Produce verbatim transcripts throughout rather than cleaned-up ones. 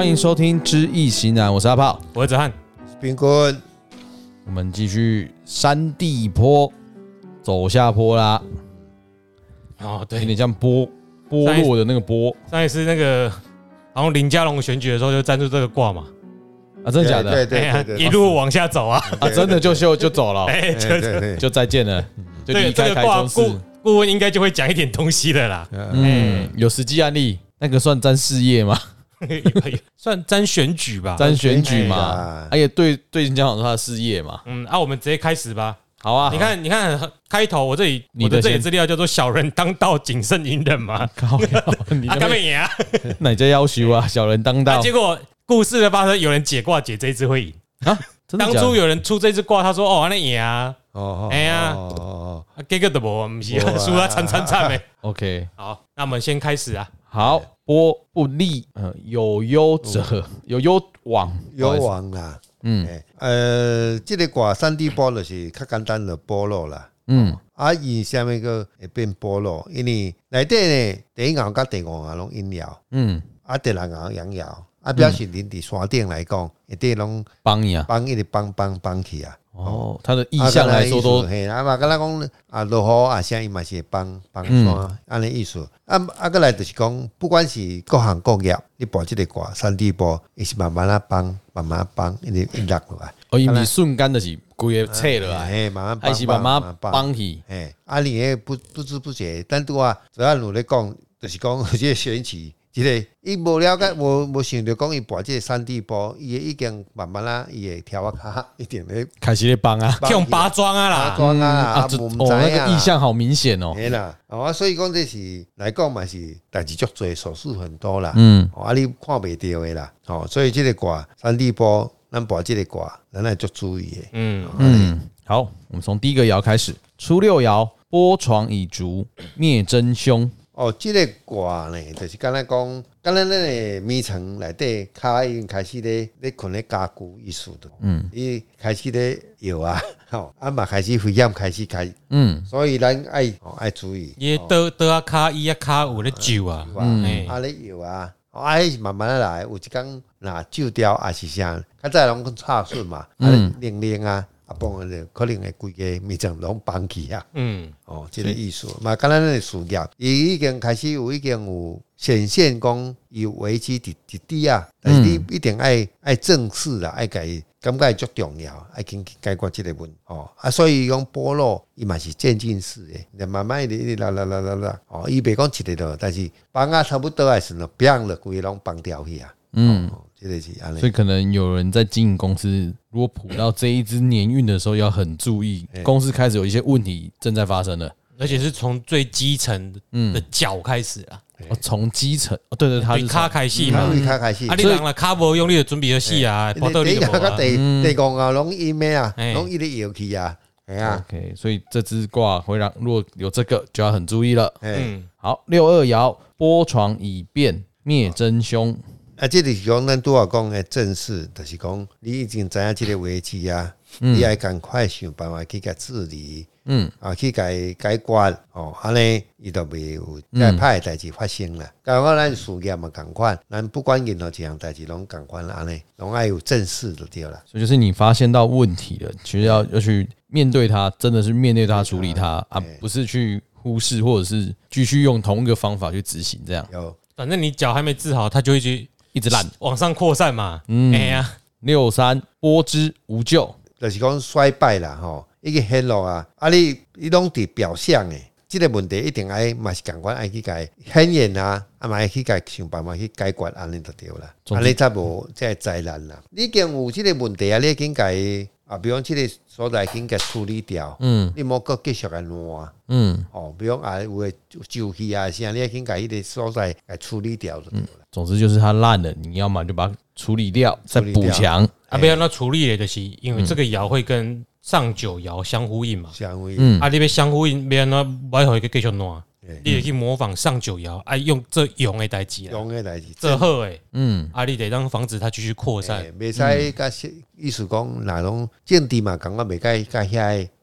欢迎收听《知易行难》，我是阿炮， 我是子翰， 冰棍。 我们继续山地坡走下坡啦。 哦，对， 有点像波波落的那个波。 上一次那个好像林佳龙选举的时候就站住这个卦嘛。 啊，真的假的？ 对对对对， 一路往下走啊！ 啊，真的就就就走了， 哎，就就再见了，就离开台中市。 顾顾问应该就会讲一点东西的啦。 嗯，有实际案例，那个算沾事业吗？ 算沾选举吧， 沾选举嘛。而且对对林佳龙说他的事业嘛。 嗯，啊，我们直接开始吧。 好啊， 你看，你看开头我这里我的这里资料叫做“小人当道，谨慎隐忍”嘛。 靠腰，你啊，干咩赢啊？ 哪家要求啊？小人当道。 结果故事的发生，有人解卦解这一支会赢啊。当初有人出这支卦，他说：“哦，那赢啊。”哦，哎呀，哦，结果都无，不是输啊，惨惨惨的。 OK， 好，那我们先开始啊。 好，波不利，呃，有攸者，有攸往， 有往啦。嗯，呃，这个卦山地波就是较简单的波落啦。嗯，啊，伊下面个会变波落，因为内底呢，第一爻甲第五爻拢阴爻，嗯，啊，第六爻阳爻，啊，表示恁伫山顶来讲，一定拢帮伊啊， 帮一直帮帮帮去啊。 哦，他的意象来说都嘿，啊嘛，跟他讲啊，落雨啊，啥伊嘛是帮帮山，安尼意思。啊啊，过来就是讲，不管是各行各业，你播这个卦山地波，伊是慢慢啊帮，慢慢帮，一直一落落来。 哦，伊毋是瞬间就是规个切落来， 嘿，慢慢还是慢慢帮去。 嘿，啊，你诶不不知不觉，但拄啊，只要努力讲，就是讲这个选举。即个伊无了解，无无想着讲伊跋即个山地波，伊已经慢慢啦，伊会跳啊卡，一定咧开始咧帮啊， 用拔桩啊啦， 拔桩啊，啊， 哦，那个意象好明显哦。 嘿啦，哦，所以讲这是来讲嘛是代志足多，手术很多啦。嗯，啊，你看袂到的啦，哦，所以这个卦山地波，咱跋这个卦，咱要足注意的。嗯嗯，好，我们从第一个爻开始，初六爻，波床以竹，灭真凶。 哦，这个卦呢，就是刚才讲，刚才咱的眠床内底骹已经开始咧咧困咧加固意思的，嗯，伊开始咧摇啊，吼，啊嘛开始危险开始开，嗯，所以咱爱爱注意。 伊倒倒啊骹，伊啊骹有咧揪啊， 嗯，啊咧摇啊，啊慢慢来，有一天若揪掉还是啥，较早拢讲差顺嘛，啊零零啊。啊，帮个可能会规个面层拢放弃啊。嗯，哦，这个意思嘛，刚才咱的事业，伊已经开始有已经有显现讲有危机伫伫底啊，但是你一定爱爱正视啦，爱解感觉足重要，爱紧解决这个问题哦。啊，所以讲波落伊嘛是渐进式的，慢慢的一直啦啦啦啦啦，哦，伊袂讲一日落，但是放啊差不多的时候，砰了规个拢放掉去啊。嗯。 所以可能有人在经营公司，如果卜到这一支年运的时候，要很注意，公司开始有一些问题正在发生了， 而且是从最基层的脚开始啊。 哦，从基层，哦，对对，他是卡开始嘛， 卡开始。 啊，你人啦，卡无用，你就准备要死啊，跑到你就无啊。 第第五啊，拢阴咩啊，拢一直摇去啊，系啊。 OK， 所以这支卦会让如果有这个就要很注意了。嗯，好，六二爻，波床以变，灭真凶。 啊，这就是讲咱拄啊讲的正事，就是讲你已经知影这个危机啊，嗯、你爱赶快想办法去甲治理，嗯，啊去甲解决哦，安尼伊就袂有再歹的代志发生啦。刚刚咱事业嘛共款，咱不管任何一样代志拢共款安尼，拢爱有正事就对了。 所以就是你发现到问题了，其实要要去面对它，真的是面对它处理它啊，不是去忽视或者是继续用同一个方法去执行这样。 有，反正你脚还没治好，它就会去。一直烂往上扩散嘛，嗯，哎呀， 六三波之无救， 就是讲衰败啦，吼，已经显露啊，啊你你拢伫表象诶，这个问题一定爱嘛是共款爱去解显现啊，啊嘛爱去解想办法去解决，安尼就对啦，安尼才无这灾难啦。你已经有这个问题啊，你已经解啊，比方这个所在已经解处理掉，嗯，你莫搁继续来乱，嗯，哦，比方啊有诶旧气啊啥，你已经解迄个所在来处理掉就对了。 总之就是它烂了，你要么就把它处理掉，再补强。 啊，不要那处理的就是因为这个爻会跟上九爻相呼应嘛， 相呼应。 啊，你要相呼应，不要那不要一个继续乱，你得去模仿上九爻，啊，用这用的代志， 用的代志， 这好诶，嗯，啊，你得让防止它继续扩散， 袂使甲意思讲，哪种政治嘛，感觉袂甲甲遐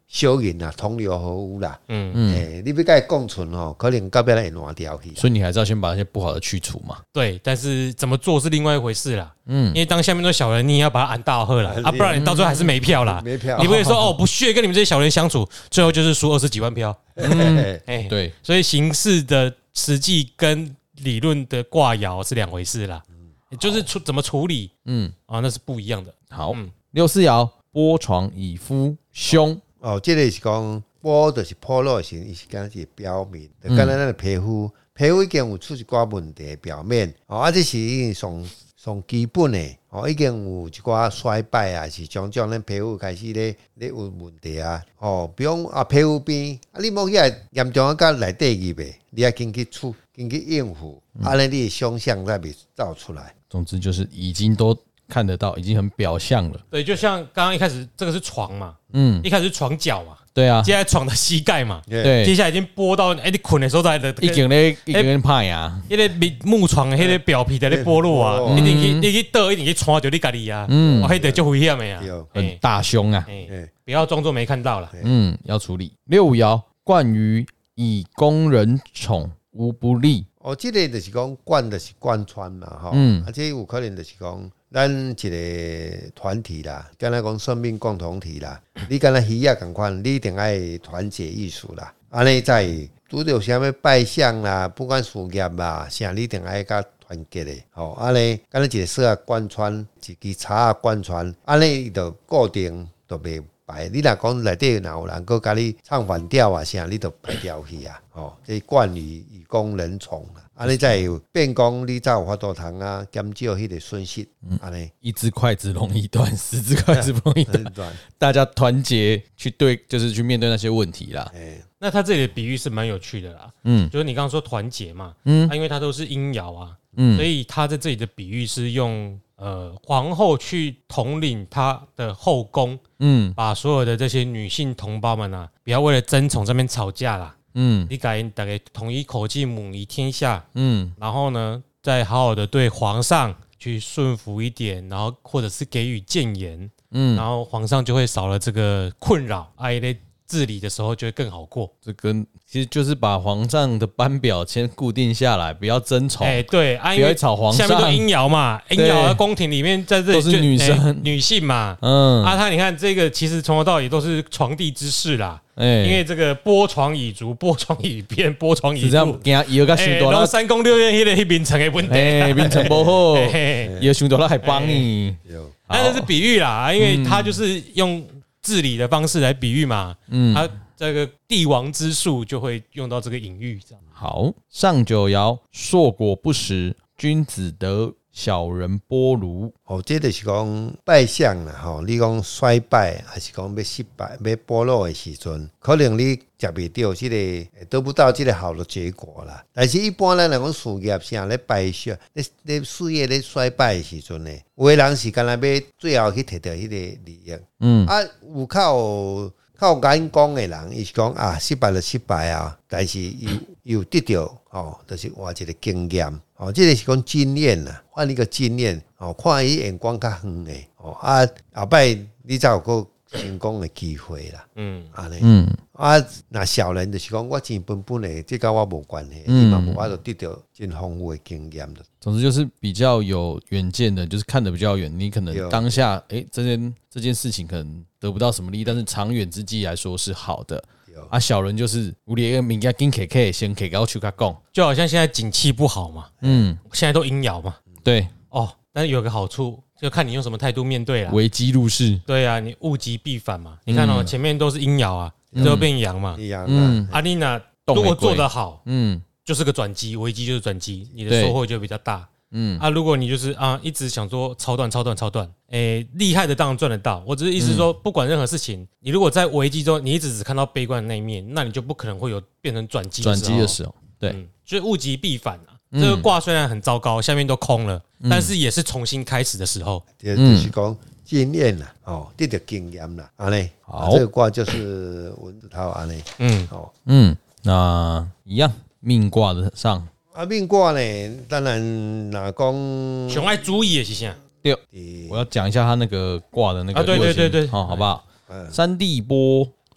小人啊，同流合污啦。嗯嗯，哎，你要跟伊共存哦，可能到尾会乱掉去。 所以你还是要先把那些不好的去除嘛。 对，但是怎么做是另外一回事啦。嗯，因为当下面都小人，你也要把他按大喝啦，啊，不然你到最后还是没票啦。 没票， 你不会说哦，不屑跟你们这些小人相处，最后就是输二十几万票。 嗯，哎，对， 所以形式的实际跟理论的挂爻是两回事啦。就是处怎么处理，嗯啊，那是不一样的。 好，六四爻剥床以夫凶哦，这个是讲剥就是破落型，伊是讲是表面，就跟咱的皮肤，皮肤已经有出一寡问题表面哦，啊，这是已经上上基本的哦，已经有一寡衰败啊，是种种咱皮肤开始咧咧有问题啊，哦，比如啊皮肤病啊，你莫去严重啊，甲内底入呗，你要紧去处，紧去应付，啊，尼你的凶相才袂造出来。 总之就是已经都看得到，已经很表象了。 对，就像刚刚一开始这个是床嘛，嗯，一开始是床脚嘛， 对啊， 接下来床的膝盖嘛， 对， 接下来已经拨到哎、欸、你困的所在的， 已经咧已经歹啊， 迄个木床的迄个表皮在咧剥落啊，一定去你去倒，一定去穿着你家己啊，嗯，迄个就危险的啊， 很大凶啊， 不要装作没看到了， 嗯，要处理。六五爻冠于以攻人宠，无不利。 哦，这个就是讲贯的是贯穿嘛，哈，嗯，而且有可能就是讲咱一个团体啦，敢若讲生命共同体啦，你敢若鱼仔共款，你一定爱团结意识啦，安尼才会拄着啥物拜相啦，不管事业啦，啥你一定爱甲团结的，吼，安尼敢若一个绳啊贯穿，一支叉啊贯穿，安尼伊就固定就袂。你若讲内底若有人搁甲你唱反调啊啥，你都排掉去啊！哦，这惯于以攻人宠啦，安尼才有变讲你才有法度通啊，减少迄个损失。安尼一只筷子容易断，十只筷子不容易断。大家团结去对，就是去面对那些问题啦。 那他这里的比喻是蛮有趣的啦，嗯，就是你刚刚说团结嘛，嗯，啊、因为它都是阴爻啊，嗯，所以他在这里的比喻是用。呃，皇后去统领她的后宫，嗯，把所有的这些女性同胞们啊，不要为了争宠这边吵架啦，嗯，你改大概统一口气，母仪天下，嗯，然后呢，再好好的对皇上去顺服一点，然后或者是给予谏言，嗯，然后皇上就会少了这个困扰，哎嘞。治理的时候就会更好过， 这跟其实就是把皇上的班表先固定下来，不要争宠。 哎，对， 啊、不要吵皇上。 下面都阴爻嘛，阴爻的宫廷里面在这里都是女生、 欸、女性嘛。嗯，啊，他你看这个其实从头到尾都是床地之事啦。哎，因为这个剥床以足，剥床以便，剥床以入， 哎， 然后三宫六院迄个迄名城的问题， 哎，名城不好，有想到他还帮你。 但这是比喻啦，因为他就是用。治理的方式来比喻嘛，嗯，他这个帝王之术就会用到这个隐喻，这样。 好，上九爻硕果不实，君子得小人剥炉。 哦，这就是讲败相啦，吼，你讲衰败还是讲要失败、要剥落的时阵，可能你食袂到这个，得不到这个好的结果啦。但是一般咱来讲事业啥咧败相，咧咧事业咧衰败的时阵呢，有的人是干那要最后去摕到迄个利益，嗯，啊，有靠靠眼光的人，伊是讲啊，失败就失败啊，但是有有得到哦，就是换一个经验。哦，这个是讲经验啦，换一个经验哦，看伊眼光较远的哦啊，后摆你才有个成功的机会啦。嗯，安尼，嗯啊，那小人就是讲我钱本本的，这跟我无关系，你嘛无法度得到真丰富的经验的。 总之就是比较有远见的，就是看得比较远。你可能当下哎、欸，这件这件事情可能得不到什么利益，但是长远之计来说是好的。啊，小人就是有一个物件紧 K K 先 K 高去甲讲， 就好像现在景气不好嘛，嗯，现在都阴爻嘛， 对哦，但是有个好处，就看你用什么态度面对啦。 危机入市， 对啊，你物极必反嘛。你看哦，前面都是阴爻啊，最后变阳嘛， 嗯， 阿丽娜如果做得好，嗯，就是个转机，危机就是转机，你的收获就比较大。嗯啊，如果你就是啊一直想说超断超断超断，诶，厉害的当然赚得到。我只是意思说，不管任何事情，你如果在危机中，你一直只看到悲观的那一面，那你就不可能会有变成转机转机的时候。对， 嗯，就是物极必反啊。这个卦虽然很糟糕，下面都空了，但是也是重新开始的时候。 就是讲经验啦，哦，得到经验啦，安尼。好，这个卦就是文字套安尼。嗯， 好，嗯，那一样命卦的上。 啊，命卦呢，当然哪讲上爱注意的是啥？ 对，我要讲一下他那个卦的那个， 啊，对对对对， 好，好不好？山地剥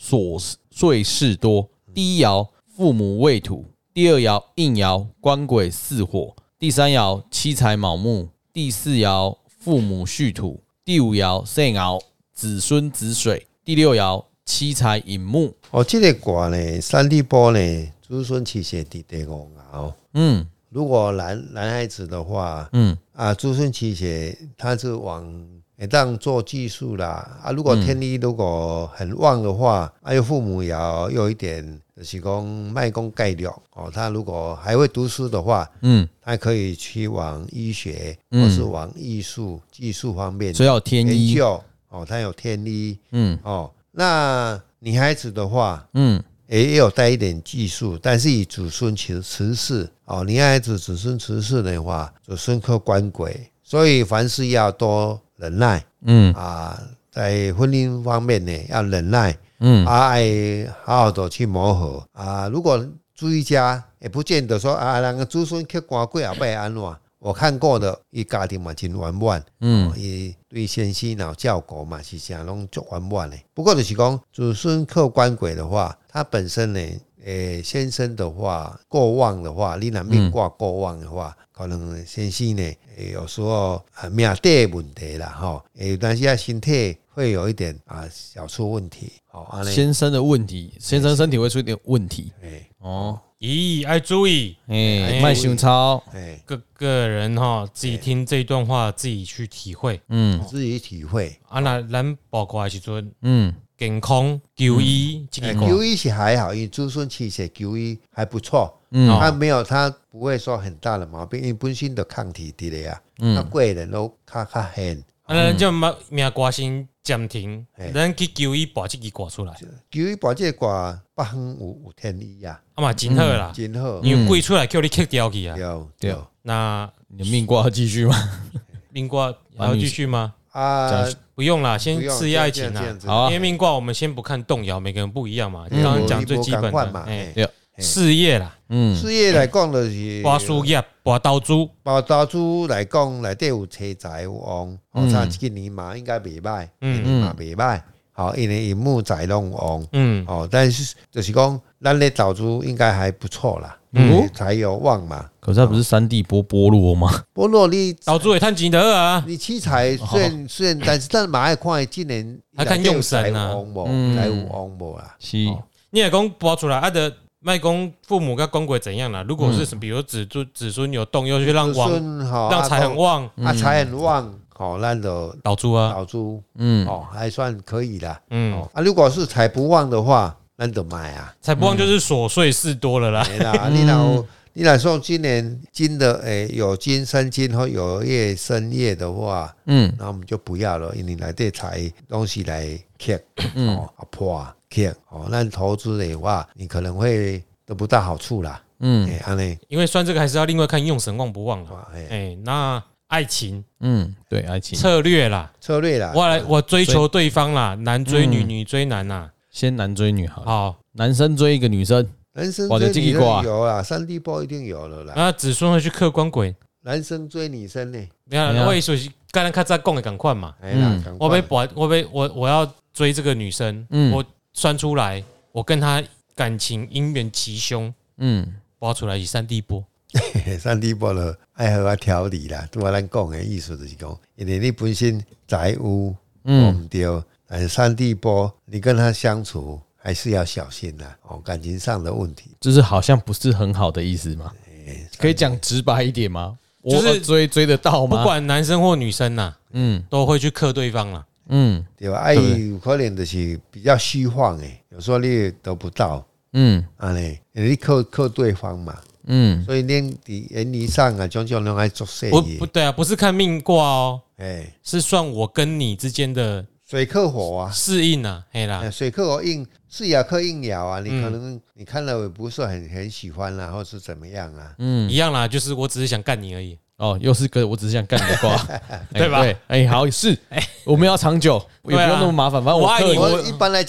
琐碎事多。第一爻父母未土，第二爻应爻官鬼巳火，第三爻妻财卯木，第四爻父母戌土，第五爻肾爻子孙子水，第六爻妻财寅木。 哦，这个卦呢，三地波呢，子孙妻血第第五爻。嗯，如果男男孩子的话，嗯啊，子孙妻血他是往会当做技术啦啊。如果天力如果很旺的话，啊，又父母爻有一点就是讲卖公概率哦。他如果还会读书的话，嗯，他可以去往医学或是往艺术、技术方面， 所以要天医哦，他有天医，嗯哦。那女孩子的话，嗯。也有带一点技术，但是以子孙持世哦，女孩子子孙持世的话，子孙克官鬼，所以凡事要多忍耐，嗯啊，在婚姻方面呢要忍耐，嗯啊，爱好好的去磨合啊。如果注意家，也不见得说啊，那个子孙克官鬼也不会安怎。我看过的，伊家庭嘛真圆满，嗯，伊对先生然后照顾嘛是啥拢足圆满的。不过就是讲子孙克官鬼的话，他本身呢，诶，先生的话过旺的话，你若命卦过旺的话，可能先生呢，有时候啊命底问题啦，哈，诶，但是他身体会有一点啊小出问题， 好，先生的问题，先生身体会出一点问题， 诶， 哦。咦，要注意， 哎，卖胸操， 各个人哈自己听这段话，自己去体会， 嗯，自己体会。 啊，那咱包括的时阵，嗯，健康求医， 求医是还好，因为子孙妻血求医还不错，嗯，他没有，他不会说很大的毛病，因为本身的抗体的呀，嗯，贵人都较较狠。 啊，咱就命卦先暂停，咱去求医把这个卦出来。 求医把这个卦北方有有天医啊， 啊嘛真好啦， 真好。 因为贵出来叫你克掉去啊。 有对。 那你的命卦要继续吗？ 命卦还要继续吗？啊，不用啦，先事业爱情啦。好，因为命卦我们先不看动摇，每个人不一样嘛。你刚刚讲最基本的，哎，对。事业啦， 嗯，事业来讲就是博事业、博投资、 博投资来讲，内底有车财有旺，哦，差一年嘛应该袂歹，嗯嗯嘛袂歹，好，因为银木财拢旺，嗯，哦，但是就是讲，咱咧投资应该还不错啦，嗯，才有旺嘛。 可是它不是三地波波罗吗？ 波罗你投资也趁钱的啊， 你七财虽然虽然，但是咱嘛爱看今年还看用神啊， 财有旺无啦， 是， 你也讲播出来啊的。卖公父母跟公鬼怎样啦？如果是比如子孙子孙有动，又去让旺，让财很旺啊，财很旺，好，那就倒租啊， 倒租，嗯，哦，还算可以啦，嗯，啊，如果是财不旺的话，那就买啊， 财不旺就是琐碎事多了啦。 你若你若说今年金的诶有金生金或有业生业的话，嗯，那我们就不要了，因为来这财东西来克，哦，破。哦，那投资的话，你可能会得不到好处啦。嗯， 欸、因为算这个还是要另外看用神旺不旺了。哎、欸，那爱情， 嗯，对，爱情策略啦， 策略啦， 我来我追求对方啦，男追女，女追男啦， 先男追女好，好，男生追一个女生， 男生追女生有啦，三 D 波一定有了啦。 啊，子孙会去克官鬼， 男生追女生呢？ 你看，我意思是刚才看在讲的赶快嘛，嗯，我被我我被我我要追这个女生，嗯，我。算出来，我跟他感情姻缘吉凶，嗯，播出来是三 D 波， 三 D 波了，爱和我调理啦。拄我咱讲的意思就是讲，因为你本身财务嗯唔对，但是三 D 波你跟他相处还是要小心啦，哦，感情上的问题， 就是好像不是很好的意思吗？可以讲直白一点吗？就是追追得到吗？ 不管男生或女生呐，嗯，都会去克对方啦。 嗯，对吧？爱有可能就是比较虚晃诶，有时候你也得不到，嗯，啊嘞，你克克对方嘛，嗯，所以连伫言语上啊，种种拢爱作祟。 不不对啊，不是看命卦哦，哎，是算我跟你之间的水克火啊， 适应啊，嘿啦， 水克火应是也克应爻啊，你可能你看了也不是很很喜欢啦，或是怎么样啊， 嗯，一样啦，就是我只是想干你而已。 哦，又是个我只是想干你的卦， 对吧？ 哎，好是，我们要长久，也不用那么麻烦。反正我我一般来讲，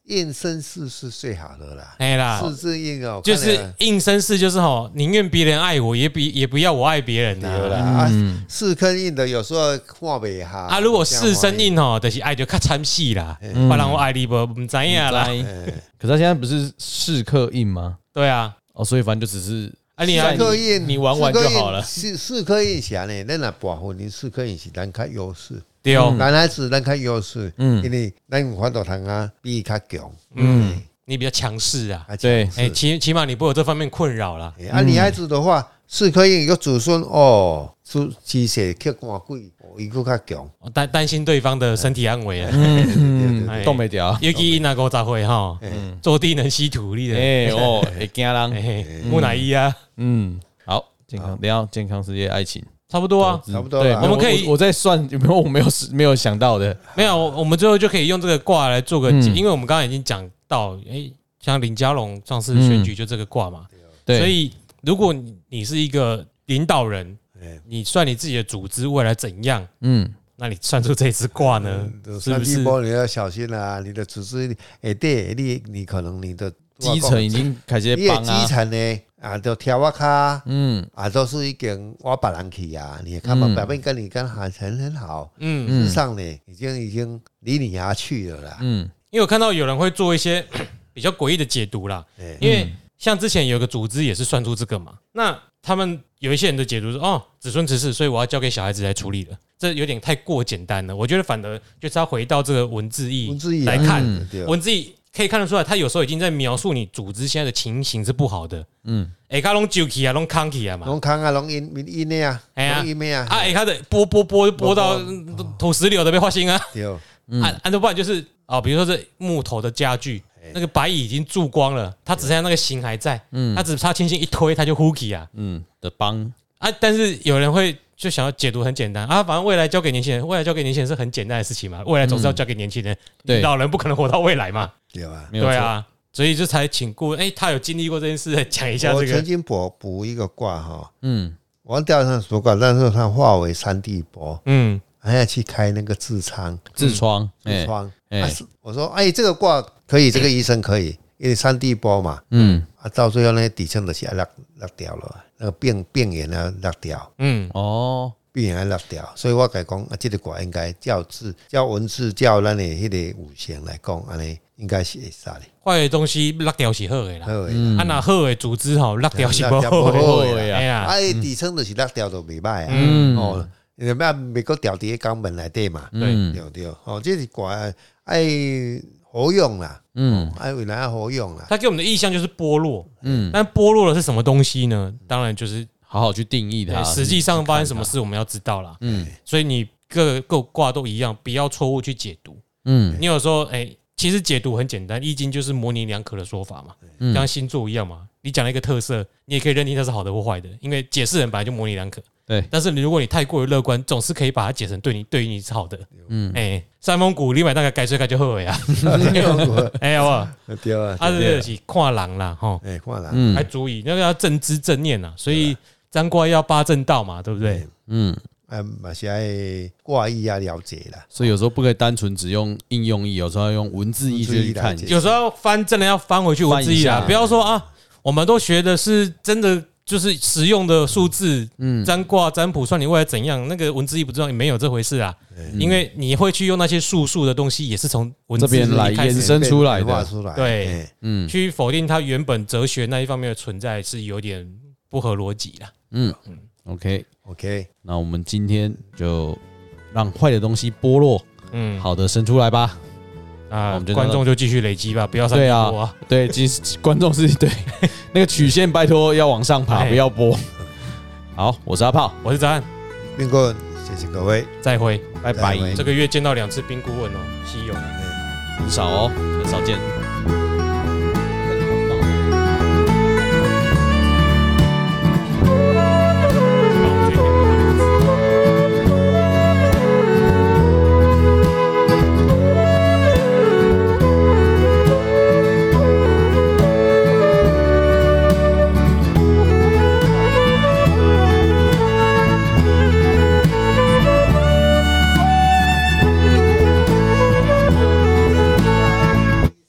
应身事是最好的啦。 哎啦， 事字应哦， 就是应身事，就是吼，宁愿别人爱我，也比也不要我爱别人对啦。 啊。 啊，事坑应的有时候看不下。 啊，如果事生硬吼，就是爱就较参戏啦。不然我爱你不唔知影啦。 可是他现在不是事刻印吗？ 对啊， 哦，所以反正就只是。 啊，你四颗印， 你玩玩就好了。 四四颗印下呢，咱若博分，你四颗印是咱较优势。 对哦， 男孩子咱较优势，嗯，因为咱有法度通啊，比伊较强， 嗯，你比较强势啊， 对， 哎，起起码你不有这方面困扰啦。 啊，女孩子的话，四颗印有子孙哦，出气血去官鬼，伊佫较强， 担担心对方的身体安危啊， 嗯，冻袂掉， 尤其那五十岁哈，坐地能吸土力的， 哎哦，会惊人， 木乃伊啊， 嗯，好，健康，等下健康世界爱情。 差不多啊， 差不多。 对，我们可以， 我在算有没有我没有没有想到的， 没有，我们最后就可以用这个卦来做个，因为我们刚刚已经讲到，哎，像林佳龙上次选举就这个卦嘛，对，所以如果你是一个领导人，你算你自己的组织未来怎样，嗯，那你算出这支卦呢，是不是？ 你要小心啦，你的组织，哎，对，你你可能你的基层已经开始帮啊， 基层呢。啊，都跳我卡，嗯，啊，都是已经我别人去啊，你看嘛，表面跟你跟很很好，嗯，事实上呢，已经已经离你而去了啦， 嗯，因为我看到有人会做一些比较诡异的解读啦，因为像之前有个组织也是算出这个嘛，那他们有一些人的解读是哦，子孙慈氏，所以我要交给小孩子来处理了，这有点太过简单了，我觉得反而就是要回到这个文字义来看，文字义。可以看得出来，他有时候已经在描述你组织现在的情形是不好的。嗯，下卡拢揪起啊，拢扛起啊嘛， 拢扛啊，拢阴阴的啊，哎呀，阴的啊， 啊，下卡的波波波波到土石流的被发生啊。对，按按照不然就是哦，比如说这木头的家具，那个白蚁已经蛀光了，它只剩下那个形还在，嗯，它只差轻轻一推，它就呼起啊， 嗯的帮啊，但是有人会。就想要解读很简单啊，反正未来交给年轻人，未来交给年轻人是很简单的事情嘛。未来总是要交给年轻人，对，老人不可能活到未来嘛。 对啊， 对啊，所以这才请顾问，哎，他有经历过这件事，讲一下这个。 我曾经补补一个卦哈，嗯，我调上说卦，但是它化为三地帛，嗯，还要去开那个痔疮， 痔疮， 痔疮。我说，哎，这个卦可以，这个医生可以，因为三地帛嘛，嗯，啊，到最后那些底层的是落落掉了。那个病病源呢落掉，嗯，哦，病源落掉，所以我甲讲啊，这个卦应该照字、照文字、照咱的迄个五行来讲，安尼应该是会使的。 坏的东西落掉是好的啦，好的，啊那好的组织吼落掉是不好的呀，啊底层就是落掉都袂歹啊，嗯哦，因为咩美国掉伫肛门内底嘛，对对对，哦，这是卦爱活用啦。嗯，哎，未来好用啊！ 它给我们的意象就是剥落，嗯，但剥落的是什么东西呢？当然就是好好去定义它。 实际上发生什么事，我们要知道啦。嗯，所以你各个卦都一样，不要错误去解读。嗯，你有时候哎，其实解读很简单，易经就是模棱两可的说法嘛，嗯，像星座一样嘛。你讲了一个特色，你也可以认定它是好的或坏的，因为解释人本来就模棱两可。对，但是如果你太过于乐观，总是可以把它解成对你对于你是好的。嗯，哎，三峰谷你买那个改水改就好呀。哎呀，我对啊，他是是看人啦，哈，哎，看人，还注意那个要正知正念呐，所以占卦要八正道嘛，对不对？嗯， 哎，嘛是爱卦意要了解啦， 所以有时候不可以单纯只用应用意，有时候要用文字意去看， 有时候翻真的要翻回去文字意啊，不要说啊，我们都学的是真的。就是实用的数字，嗯，占卦占卜算你未来怎样，那个文字意不知道，没有这回事啊。因为你会去用那些术数的东西，也是从文字这边来延伸出来的。 对，嗯，去否定它原本哲学那一方面的存在是有点不合逻辑啦。 嗯嗯 ，OK OK， 那我们今天就让坏的东西剥落，嗯，好的生出来吧。 啊，观众就继续累积吧，不要上播啊。 对，其实观众是对那个曲线，拜托要往上爬，不要播。好，我是阿炮， 我是张翰， 冰顾问，谢谢各位， 再会， 拜拜。 这个月见到两次冰顾问哦，稀有， 很少哦，很少见。